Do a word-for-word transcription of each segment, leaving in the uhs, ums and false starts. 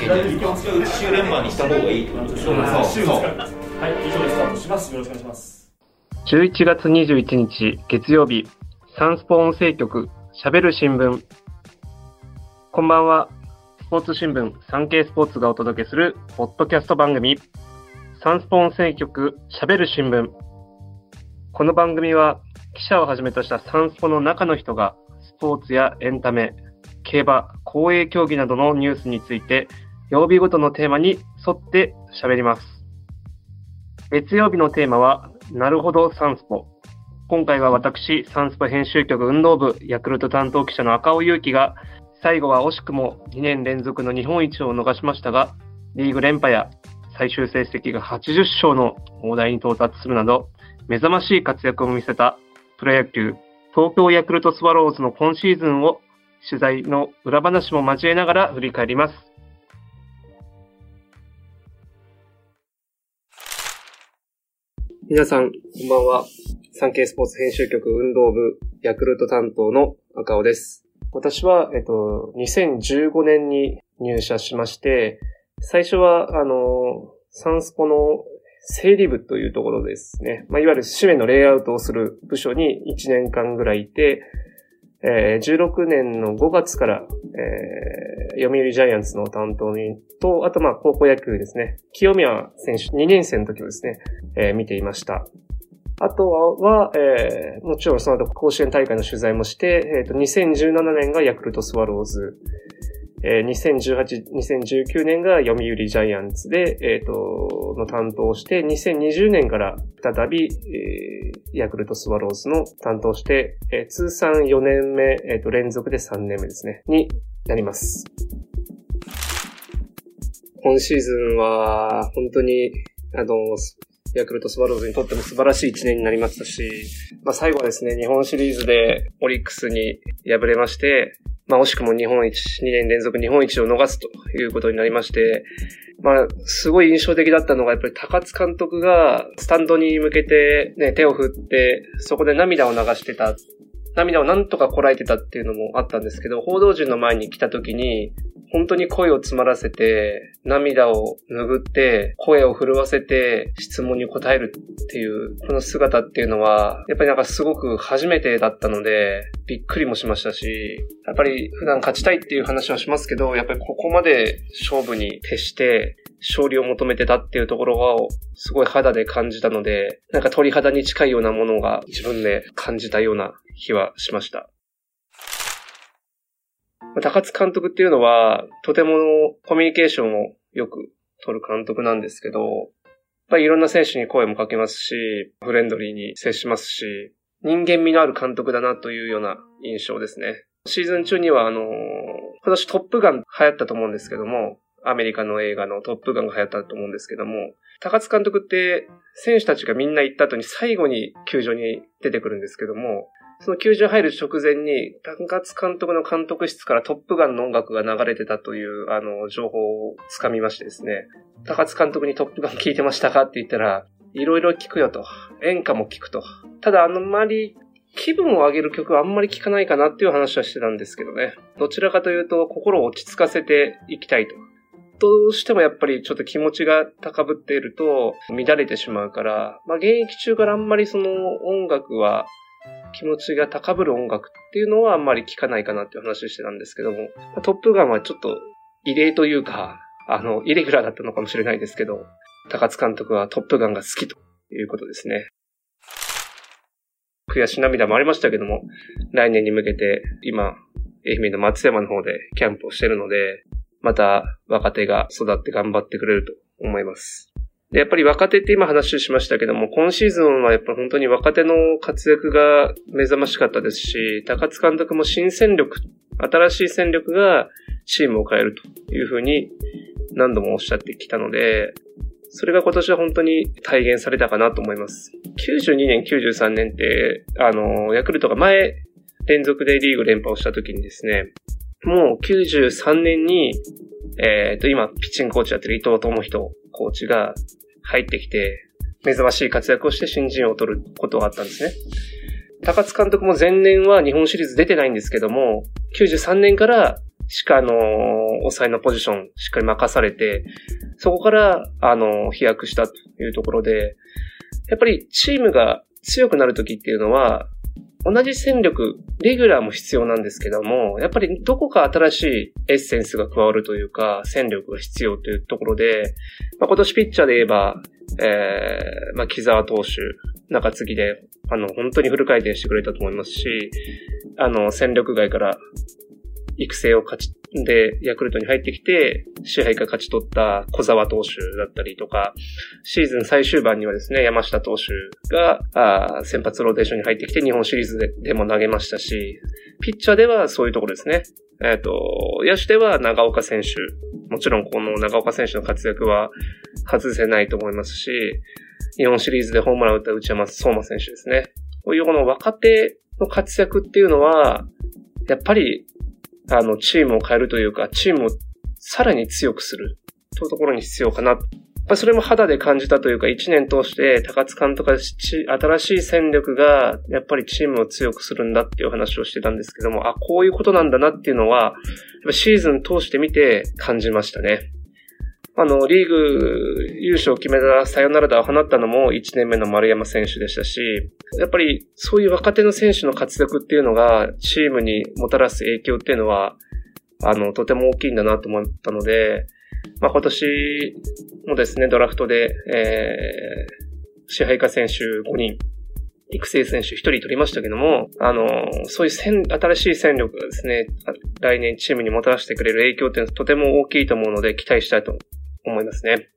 週連番にした方がいいってことですね。 そうそう。はい、以上でスタートします。よろしくお願いします。 じゅういちがつにじゅういちにち月曜日、サンスポ音声局しゃべる新聞。こんばんは。スポーツ新聞サンケイスポーツがお届けするポッドキャスト番組、サンスポ音声局しゃべる新聞。この番組は記者をはじめとしたサンスポの中の人がスポーツやエンタメ、競馬、公営競技などのニュースについて曜日ごとのテーマに沿って喋ります。月曜日のテーマはなるほどサンスポ。今回は私、サンスポ編集局運動部ヤクルト担当記者の赤尾祐希が最後は惜しくもにねん連続の日本一を逃しましたが、リーグ連覇や最終成績がはちじゅっしょうの大台に到達するなど目覚ましい活躍を見せたプロ野球東京ヤクルトスワローズの今シーズンを取材の裏話も交えながら振り返ります。皆さん、こんばんは。サンケイスポーツ編集局運動部ヤクルト担当の赤尾です。私は、えっと、にせんじゅうごねんに入社しまして、最初は、あの、サンスポの整理部というところですね。まあ、いわゆる紙面のレイアウトをする部署にいちねんかんぐらいいて、えー、じゅうろくねんのごがつから、えー、読売ジャイアンツの担当にと、あとまあ高校野球ですね。清宮選手にねん生の時をですね、えー、見ていました。あとは、えー、もちろんその後甲子園大会の取材もして、えっと、にせんじゅうななねんがヤクルトスワローズ、えー、にせんじゅうはち、にせんじゅうきゅうねんが読売ジャイアンツで、えっと、の担当をして、にせんにじゅうねんから再び、えー、ヤクルトスワローズの担当して、えー、通算よねんめ、えっと、連続でさんねんめですね、になります。今シーズンは、本当に、あの、ヤクルトスワローズにとっても素晴らしい一年になりましたし、まあ最後はですね、日本シリーズでオリックスに敗れまして、まあ惜しくも日本一、にねん連続日本一を逃すということになりまして、まあすごい印象的だったのがやっぱり高津監督がスタンドに向けてね、手を振ってそこで涙を流してた。涙をなんとかこらえてたっていうのもあったんですけど、報道陣の前に来た時に本当に声を詰まらせて、涙を拭って、声を震わせて質問に答えるっていう、この姿っていうのは、やっぱりなんかすごく初めてだったので、びっくりもしましたし、やっぱり普段勝ちたいっていう話はしますけど、やっぱりここまで勝負に徹して、勝利を求めてたっていうところをすごい肌で感じたので、なんか鳥肌に近いようなものが自分で感じたような気はしました。高津監督っていうのは、とてもコミュニケーションをよく取る監督なんですけど、やっぱりいろんな選手に声もかけますし、フレンドリーに接しますし、人間味のある監督だなというような印象ですね。シーズン中にはあの、今年トップガン流行ったと思うんですけども、アメリカの映画のトップガンが流行ったと思うんですけども、高津監督って選手たちがみんな行った後に最後に球場に出てくるんですけども、その球場入る直前に高津監督の監督室からトップガンの音楽が流れてたというあの情報をつかみましてですね、高津監督にトップガン聞いてましたかって言ったら、いろいろ聞くよと、演歌も聞くと。ただあんまり気分を上げる曲はあんまり聞かないかなっていう話はしてたんですけどね。どちらかというと心を落ち着かせていきたいと。どうしてもやっぱりちょっと気持ちが高ぶっていると乱れてしまうから、まあ現役中からあんまりその音楽は気持ちが高ぶる音楽っていうのはあんまり聞かないかなっていう話してたんですけども、トップガンはちょっと異例というか、あの、イレギュラーだったのかもしれないですけど、高津監督はトップガンが好きということですね。悔し涙もありましたけども、来年に向けて今、愛媛の松山の方でキャンプをしてるので、また若手が育って頑張ってくれると思います。で、やっぱり若手って今話しましたけども、今シーズンはやっぱり本当に若手の活躍が目覚ましかったですし、高津監督も新戦力、新しい戦力がチームを変えるというふうに何度もおっしゃってきたので、それが今年は本当に体現されたかなと思います。きゅうじゅうにねん、きゅうじゅうさんねんって、あの、ヤクルトが前連続でリーグ連覇をした時にですね、もうきゅうじゅうさんねんに、えっと、今、ピッチングコーチやってる伊藤智人コーチが入ってきて、目覚ましい活躍をして新人王を取ることがあったんですね。高津監督も前年は日本シリーズ出てないんですけども、きゅうじゅうさんねんからしか、あの、抑えのポジションしっかり任されて、そこから、あの、飛躍したというところで、やっぱりチームが強くなるときっていうのは、同じ戦力、レギュラーも必要なんですけども、やっぱりどこか新しいエッセンスが加わるというか、戦力が必要というところで、まあ、今年ピッチャーで言えば、えー、まあ、木澤投手、中継ぎで、あの、本当にフル回転してくれたと思いますし、あの、戦力外から育成を勝ち、で、ヤクルトに入ってきて、支配下勝ち取った小沢投手だったりとか、シーズン最終盤にはですね、山下投手が、あ先発ローテーションに入ってきて、日本シリーズで、でも投げましたし、ピッチャーではそういうところですね。えっと、野手では長岡選手。もちろんこの長岡選手の活躍は外せないと思いますし、日本シリーズでホームランを打った内山相馬選手ですね。こういうこの若手の活躍っていうのは、やっぱり、あの、チームを変えるというか、チームをさらに強くするというところに必要かな。やっぱりそれも肌で感じたというか、一年通して高津監督が新しい戦力がやっぱりチームを強くするんだっていう話をしてたんですけども、あ、こういうことなんだなっていうのは、やっぱシーズン通して見て感じましたね。あの、リーグ優勝を決めたサヨナラ打を放ったのもいちねんめの丸山選手でしたし、やっぱりそういう若手の選手の活躍っていうのがチームにもたらす影響っていうのは、あの、とても大きいんだなと思ったので、まあ、今年もですね、ドラフトで、えー、支配下選手ごにん、育成選手ひとり取りましたけども、あの、そういう戦、新しい戦力がですね、来年チームにもたらしてくれる影響っていうのはとても大きいと思うので期待したいと思いますね。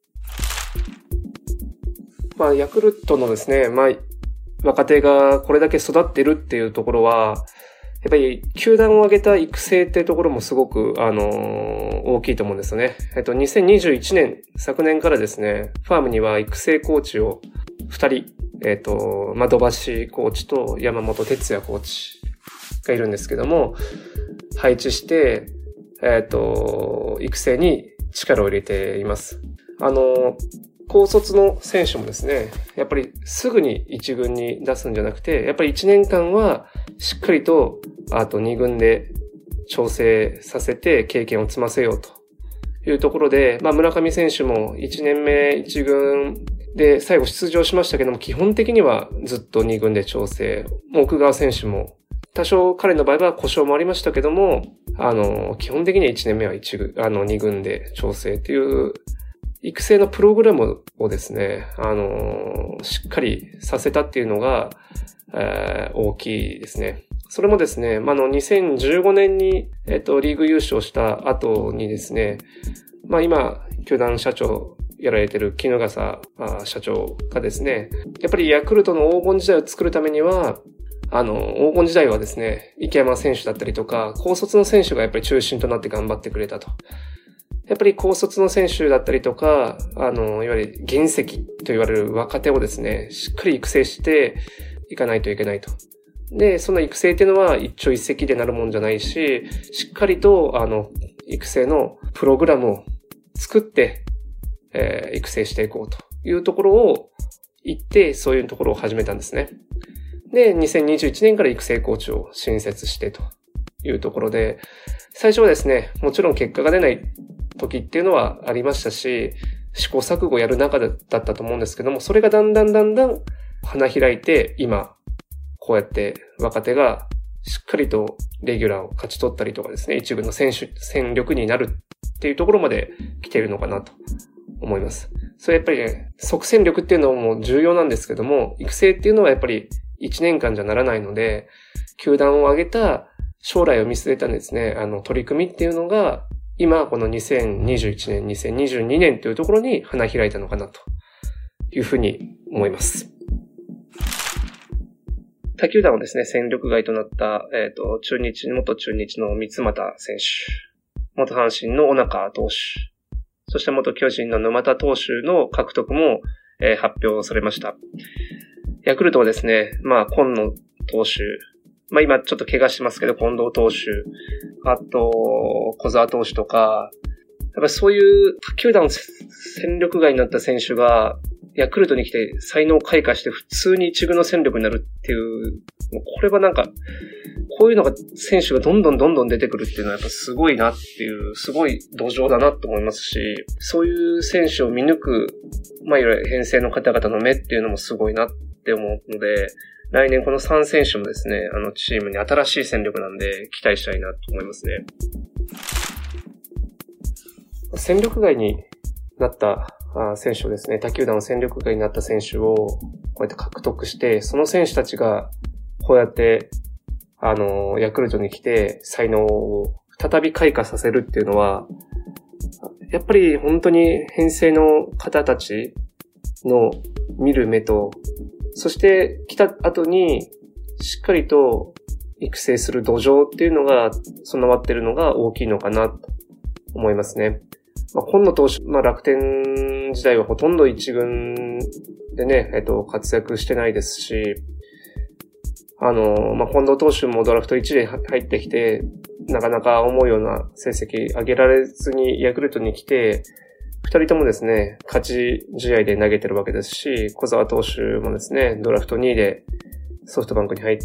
まあ、ヤクルトのですね、まあ、若手がこれだけ育ってるっていうところは、やっぱり球団を挙げた育成っていうところもすごく、あのー、大きいと思うんですよね。えっと、にせんにじゅういちねん、昨年からですね、ファームには育成コーチをふたり、えっと、まあ、土橋コーチと山本哲也コーチがいるんですけども、配置して、えっと、育成に力を入れています。あの、高卒の選手もですね、やっぱりすぐに一軍に出すんじゃなくて、やっぱり一年間はしっかりと、あと二軍で調整させて経験を積ませようというところで、まあ村上選手も一年目一軍で最後出場しましたけども、基本的にはずっと二軍で調整。奥川選手も多少彼の場合は故障もありましたけども、あの、基本的にはいちねんめは一軍、あの、二軍で調整っていう育成のプログラムをですね、あの、しっかりさせたっていうのが、えー、大きいですね。それもですね、まあ、の、にせんじゅうごねんに、えっと、リーグ優勝した後にですね、まあ、今、球団社長やられてる衣笠社長がですね、やっぱりヤクルトの黄金時代を作るためには、あの、黄金時代はですね、池山選手だったりとか、高卒の選手がやっぱり中心となって頑張ってくれたと。やっぱり高卒の選手だったりとか、あの、いわゆる原石と言われる若手をですね、しっかり育成していかないといけないと。で、その育成っていうのは一朝一夕でなるもんじゃないし、しっかりと、あの、育成のプログラムを作って、えー、育成していこうというところを言って、そういうところを始めたんですね。で、にせんにじゅういちねんから育成コーチを新設してというところで、最初はですね、もちろん結果が出ない時っていうのはありましたし、試行錯誤やる中だったと思うんですけども、それがだんだんだんだん花開いて、今、こうやって若手がしっかりとレギュラーを勝ち取ったりとかですね、一部の選手、戦力になるっていうところまで来ているのかなと思います。それやっぱりね、即戦力っていうのも重要なんですけども、育成っていうのはやっぱりいちねんかんじゃならないので、球団を挙げた将来を見据えたですね、あの取り組みっていうのが、今このにせんにじゅういちねん、にせんにじゅうにねんというところに花開いたのかなというふうに思います。他球団はですね、戦力外となった、えっと、中日、元中日の三俣選手、元阪神の尾中投手、そして元巨人の沼田投手の獲得も、えー、発表されました。ヤクルトはですね、まあ、今野投手、まあ今ちょっと怪我してますけど、近藤投手、あと、小沢投手とか、やっぱりそういう他球団の戦力外になった選手が、ヤクルトに来て才能を開花して普通に一軍の戦力になるっていう、これはなんか、 こういうのが、選手がどんどんどんどん出てくるっていうのはやっぱすごいなっていう、すごい土壌だなと思いますし、そういう選手を見抜く、まあ、いわゆる編成の方々の目っていうのもすごいなって思うので、来年このさん選手もですね、あのチームに新しい戦力なんで期待したいなと思いますね。戦力外になった選手をですね、他球団の戦力外になった選手をこうやって獲得して、その選手たちがこうやってあのヤクルトに来て才能を再び開花させるっていうのは、やっぱり本当に編成の方たちの見る目と、そして来た後にしっかりと育成する土壌っていうのが備わってるのが大きいのかなと思いますね。まあ、今野投手、まあ、楽天時代はほとんど一軍でね、えっと、活躍してないですし、あの、まあ、近藤投手もドラフトいちで入ってきて、なかなか思うような成績上げられずにヤクルトに来て、二人ともですね、勝ち試合で投げてるわけですし、小沢投手もですね、ドラフトにいでソフトバンクに入って、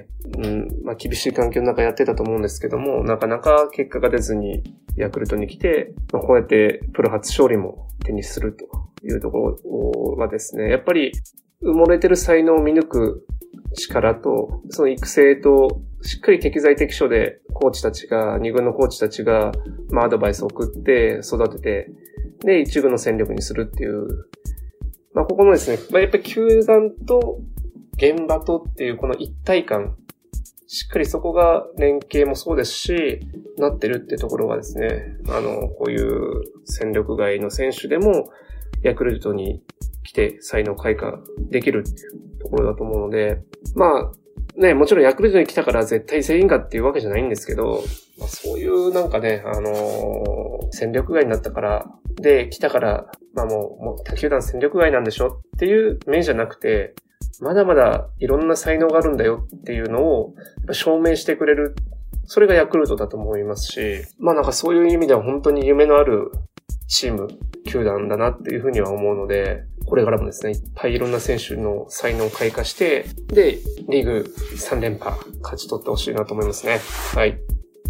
うん、まあ厳しい環境の中やってたと思うんですけども、なかなか結果が出ずにヤクルトに来て、まあ、こうやってプロ初勝利も手にするというところはですね、やっぱり埋もれてる才能を見抜く力と、その育成と、しっかり適材適所でコーチたちが、二軍のコーチたちが、まあアドバイスを送って育てて、で、一軍の戦力にするっていう。まあここのですね、まあやっぱり球団と現場とっていうこの一体感、しっかりそこが連携もそうですし、なってるっていうところがですね、あの、こういう戦力外の選手でも、ヤクルトに来て才能開花できるっていうところだと思うので、まあ、ね、もちろんヤクルトに来たから絶対全員がっていうわけじゃないんですけど、まあ、そういうなんかね、あのー、戦力外になったから、で、来たから、まあもう、もう他球団戦力外なんでしょっていう面じゃなくて、まだまだいろんな才能があるんだよっていうのを証明してくれる。それがヤクルトだと思いますし、まあなんかそういう意味では本当に夢のあるチーム、球団だなっていうふうには思うので、これからもですね、いっぱいいろんな選手の才能を開花して、で、リーグさん連覇勝ち取ってほしいなと思いますね。はい。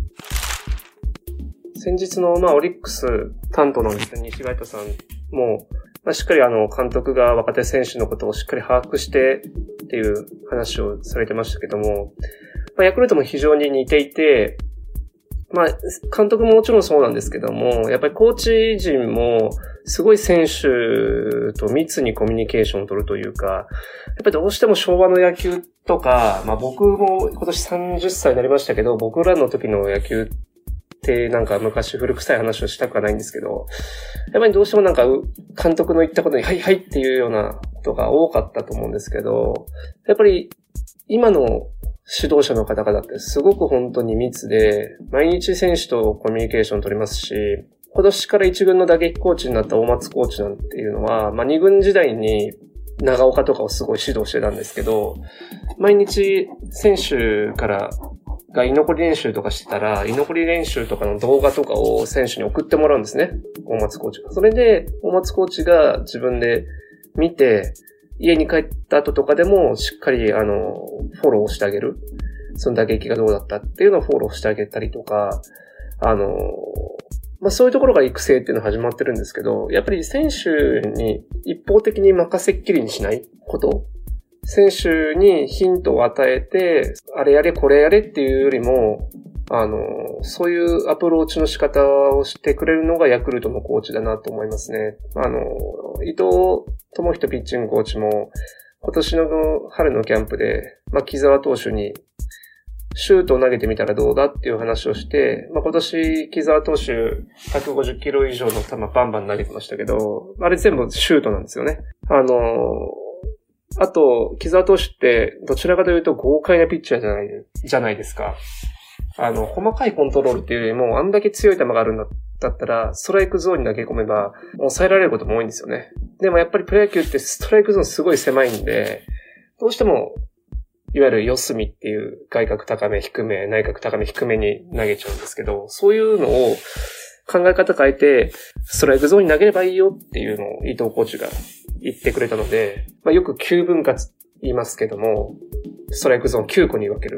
先日の、まあ、オリックス担当のですね、西貝田さんも、まあ、しっかりあの、監督が若手選手のことをしっかり把握してっていう話をされてましたけども、まあ、ヤクルトも非常に似ていて、まあ、監督ももちろんそうなんですけども、やっぱりコーチ陣もすごい選手と密にコミュニケーションを取るというか、やっぱりどうしても昭和の野球とか、まあ僕も今年さんじゅっさいになりましたけど、僕らの時の野球ってなんか昔古臭い話をしたくはないんですけど、やっぱりどうしてもなんか監督の言ったことにはいはいっていうようなことが多かったと思うんですけど、やっぱり今の指導者の方々ってすごく本当に密で、毎日選手とコミュニケーション取りますし、今年から一軍の打撃コーチになった大松コーチなんていうのは、まあ二軍時代に長岡とかをすごい指導してたんですけど、毎日選手からが居残り練習とかしてたら、居残り練習とかの動画とかを選手に送ってもらうんですね。大松コーチが。それで、大松コーチが自分で見て、家に帰った後とかでもしっかりあの、フォローしてあげる。その打撃がどうだったっていうのをフォローしてあげたりとか、あの、まあ、そういうところが育成っていうのが始まってるんですけど、やっぱり選手に一方的に任せっきりにしないこと。選手にヒントを与えて、あれやれこれやれっていうよりも、あの、そういうアプローチの仕方をしてくれるのがヤクルトのコーチだなと思いますね。あの、伊藤智人ピッチングコーチも、今年の春のキャンプで、まあ、木澤投手に、シュートを投げてみたらどうだっていう話をして、まあ、今年木澤投手ひゃくごじゅっキロ以上の球バンバン投げてましたけど、あれ全部シュートなんですよね。あの、あと、木澤投手ってどちらかというと豪快なピッチャーじゃない、じゃないですか。あの、細かいコントロールっていうよりも、あんだけ強い球があるんだったら、ストライクゾーンに投げ込めば、抑えられることも多いんですよね。でもやっぱりプロ野球ってストライクゾーンすごい狭いんで、どうしても、いわゆる四隅っていう外角高め低め、内角高め低めに投げちゃうんですけど、そういうのを考え方変えて、ストライクゾーンに投げればいいよっていうのを伊藤コーチが言ってくれたので、まあ、よくきゅうぶん割言いますけども、ストライクゾーンきゅうこに分けるっ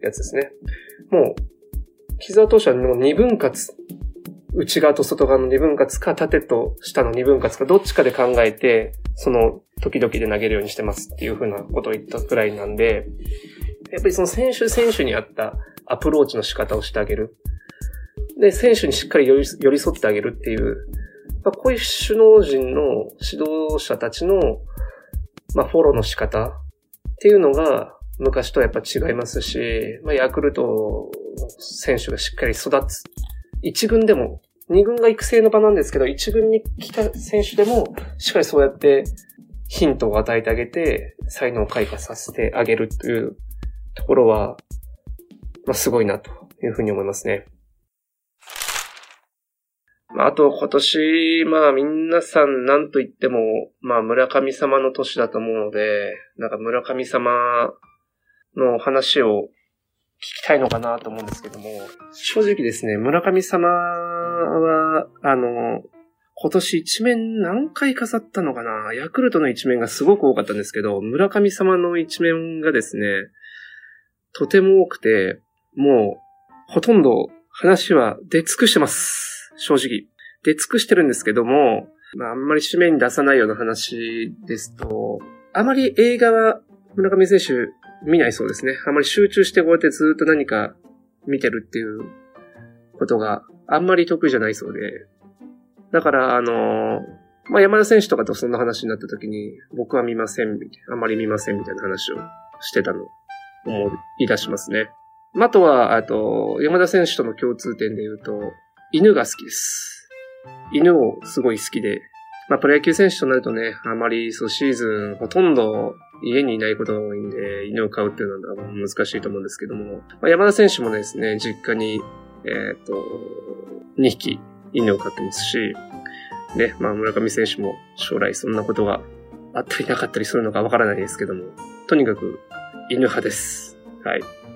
やつですね。もう、木澤投手はもう二分割。内側と外側の二分割か、縦と下の二分割か、どっちかで考えて、その時々で投げるようにしてますっていう風なことを言ったくらいなんで、やっぱりその選手選手に合ったアプローチの仕方をしてあげる。で、選手にしっかり寄り、寄り添ってあげるっていう、まあ、こういう首脳陣の指導者たちの、まあ、フォローの仕方っていうのが昔とやっぱ違いますし、まあ、ヤクルト選手がしっかり育つ。一軍でも、二軍が育成の場なんですけど、一軍に来た選手でも、しっかりそうやってヒントを与えてあげて、才能を開花させてあげるというところは、まあ、すごいなというふうに思いますね。まあ、あと今年、まあ皆さん何と言っても、まあ村神様の年だと思うので、なんか村神様の話を聞きたいのかなと思うんですけども、正直ですね、村上様は、あの、今年一面何回飾ったのかな、ヤクルトの一面がすごく多かったんですけど、村上様の一面がですね、とても多くて、もう、ほとんど話は出尽くしてます。正直。出尽くしてるんですけども、まあ、あんまり紙面に出さないような話ですと、あまり映画は村上選手見ないそうですね。あまり集中してこうやってずっと何か見てるっていうことがあんまり得意じゃないそうで。だから、あの、まあ、山田選手とかとそんな話になった時に、僕は見ません、あまり見ませんみたいな話をしてたのを思い出しますね。あとは、あと、山田選手との共通点で言うと、犬が好きです。犬をすごい好きで、まあ、プロ野球選手となるとね、あまりそうシーズンほとんど家にいないことが多いんで、犬を飼うっていうのは難しいと思うんですけども、まあ、山田選手もですね、実家に、えっと、にひき犬を飼ってますし、ね、まあ、村上選手も将来そんなことがあったりなかったりするのかわからないですけども、とにかく犬派です。はい。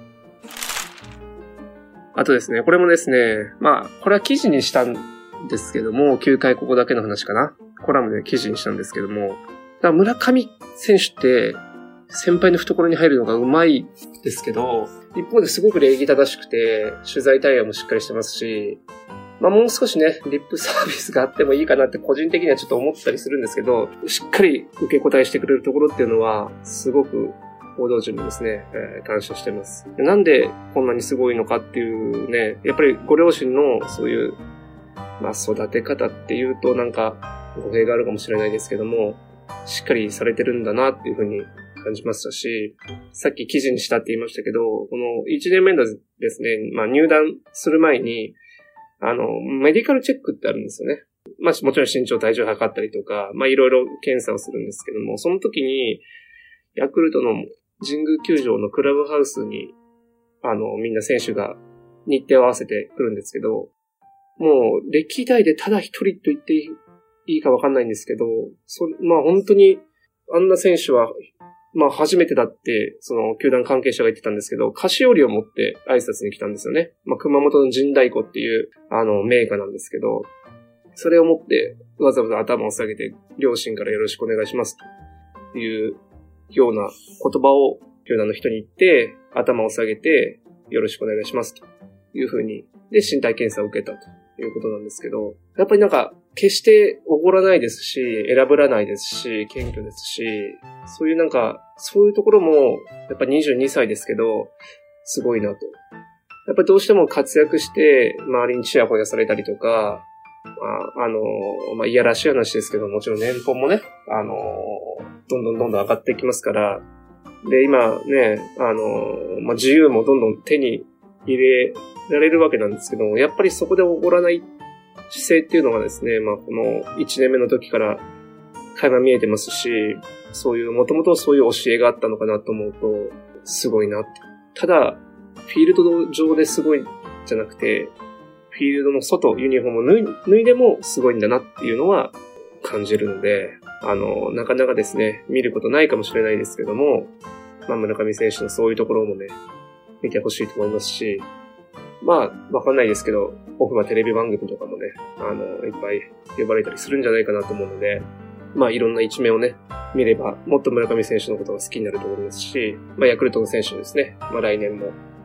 あとですね、これもですね、まあ、これは記事にしたんですけども、きゅうかいここだけの話かな。コラムで記事にしたんですけども、だから村上選手って先輩の懐に入るのがうまいですけど、一方ですごく礼儀正しくて、取材対応もしっかりしてますし、まあもう少しね、リップサービスがあってもいいかなって個人的にはちょっと思ったりするんですけど、しっかり受け答えしてくれるところっていうのは、すごく報道陣もですね、えー、感謝してます。なんでこんなにすごいのかっていうね、やっぱりご両親のそういう、まあ育て方っていうとなんか語弊があるかもしれないですけども、しっかりされてるんだなっていうふうに感じましたし、さっき記事にしたって言いましたけど、このいちねんめのですね、まあ入団する前に、あの、メディカルチェックってあるんですよね。まあもちろん身長体重測ったりとか、まあいろいろ検査をするんですけども、その時に、ヤクルトの神宮球場のクラブハウスに、あの、みんな選手が日程を合わせてくるんですけど、もう歴代でただ一人と言っていいかわかんないんですけど、そまあ本当にあんな選手は、まあ初めてだって、その球団関係者が言ってたんですけど、菓子折りを持って挨拶に来たんですよね。まあ熊本の神太鼓っていう、あの、名家なんですけど、それを持ってわざわざ頭を下げて、両親からよろしくお願いしますというような言葉を球団の人に言って、頭を下げて、よろしくお願いしますというふうに、で、身体検査を受けたということなんですけど、やっぱりなんか、決しておごらないですし、選ぶらないですし、謙虚ですし、そういうなんか、そういうところも、やっぱにじゅうにさいですけど、すごいなと。やっぱりどうしても活躍して、周りにチヤホヤされたりとか、まあ、あの、まあ、いやらしい話ですけど、もちろん年俸もね、あの、どんどんどんどん上がっていきますから、で、今ね、あの、まあ、自由もどんどん手に入れられるわけなんですけども、やっぱりそこでおごらない姿勢っていうのがですね、まあ、このいちねんめの時から垣間見えてますし、そういう、もともとそういう教えがあったのかなと思うと、すごいな。ただ、フィールド上ですごいじゃなくて、フィールドの外、ユニフォームを脱い、脱いでもすごいんだなっていうのは感じるので、あの、なかなかですね、見ることないかもしれないですけども、まあ、村上選手のそういうところもね、見てほしいと思いますし、まあ、わかんないですけど、オフはテレビ番組とかもね、あの、いっぱい呼ばれたりするんじゃないかなと思うので、まあ、いろんな一面をね、見れば、もっと村上選手のことが好きになると思いますし、まあ、ヤクルトの選手ですね、まあ、来年も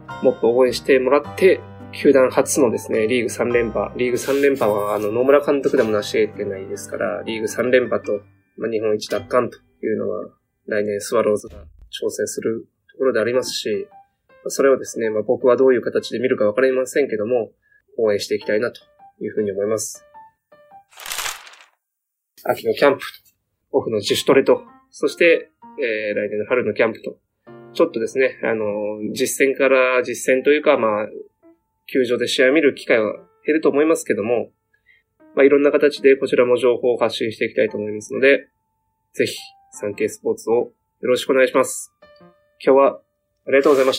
もっと応援してもらって、球団初のですね、リーグさん連覇。リーグさん連覇は、あの、野村監督でも成し得てないですから、リーグさん連覇と、まあ、日本一奪還というのは、来年スワローズが挑戦するところでありますし、それをですね、まあ、僕はどういう形で見るかわかりませんけども、応援していきたいなというふうに思います。秋のキャンプ、オフの自主トレと、そして、えー、来年の春のキャンプと、ちょっとですね、あの、実践から実践というか、まあ、球場で試合を見る機会は減ると思いますけども、まあ、いろんな形でこちらも情報を発信していきたいと思いますので、ぜひ、サンケイスポーツをよろしくお願いします。今日はありがとうございました。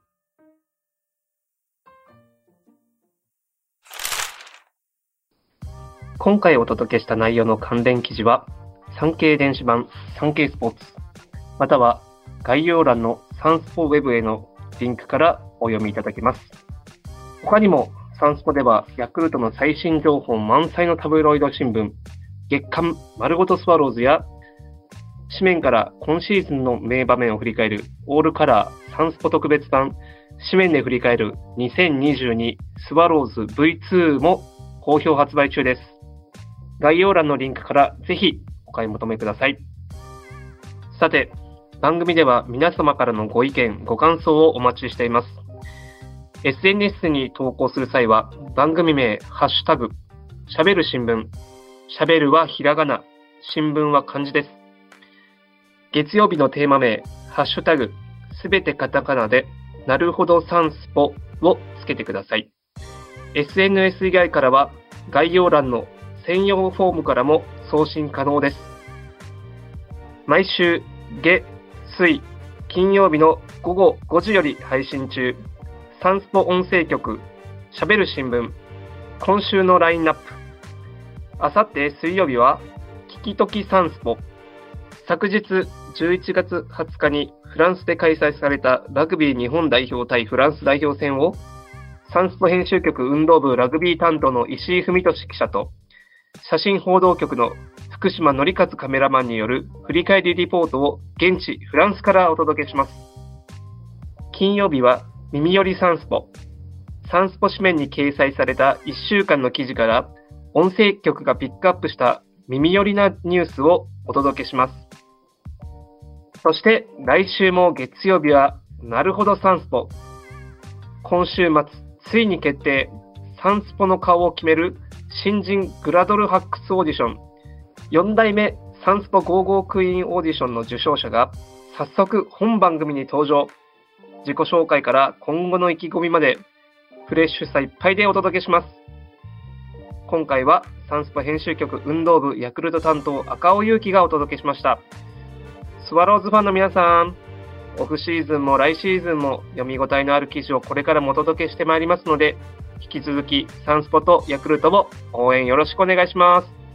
今回お届けした内容の関連記事は、サンケイ電子版サンケイスポーツ、または概要欄のサンスポウェブへのリンクからお読みいただけます。他にもサンスポではヤクルトの最新情報満載のタブロイド新聞、月刊丸ごとスワローズや紙面から今シーズンの名場面を振り返るオールカラーサンスポ特別版、紙面で振り返るにせんにじゅうにスワローズ ブイツー も好評発売中です。概要欄のリンクからぜひお買い求めください。さて、番組では皆様からのご意見、ご感想をお待ちしています。エスエヌエス に投稿する際は番組名、ハッシュタグ、しゃべる新聞、しゃべるはひらがな、新聞は漢字です。月曜日のテーマ名、ハッシュタグ、すべてカタカナで、なるほどサンスポをつけてください。エスエヌエス 以外からは概要欄の専用フォームからも送信可能です。毎週、月、水、金曜日の午後ごじより配信中、サンスポ音声局、しゃべる新聞、今週のラインナップ。あさって水曜日は、聞きときサンスポ。昨日じゅういちがつはつかにフランスで開催されたラグビー日本代表対フランス代表戦を、サンスポ編集局運動部ラグビー担当の石井文俊記者と、写真報道局の福島則和カメラマンによる振り返りリポートを現地フランスからお届けします。金曜日は耳よりサンスポ。サンスポ紙面に掲載されたいっしゅうかんの記事から音声局がピックアップした耳寄りなニュースをお届けします。そして来週も月曜日はなるほどサンスポ。今週末ついに決定、サンスポの顔を決める新人グラドル発掘オーディション、よんだいめサンスポゴーゴークイーンオーディションの受賞者が早速本番組に登場。自己紹介から今後の意気込みまでフレッシュさいっぱいでお届けします。今回はサンスポ編集局運動部ヤクルト担当赤尾祐希がお届けしました。スワローズファンの皆さん、オフシーズンも来シーズンも読み応えのある記事をこれからもお届けしてまいりますので、引き続きサンスポとヤクルトを応援よろしくお願いします。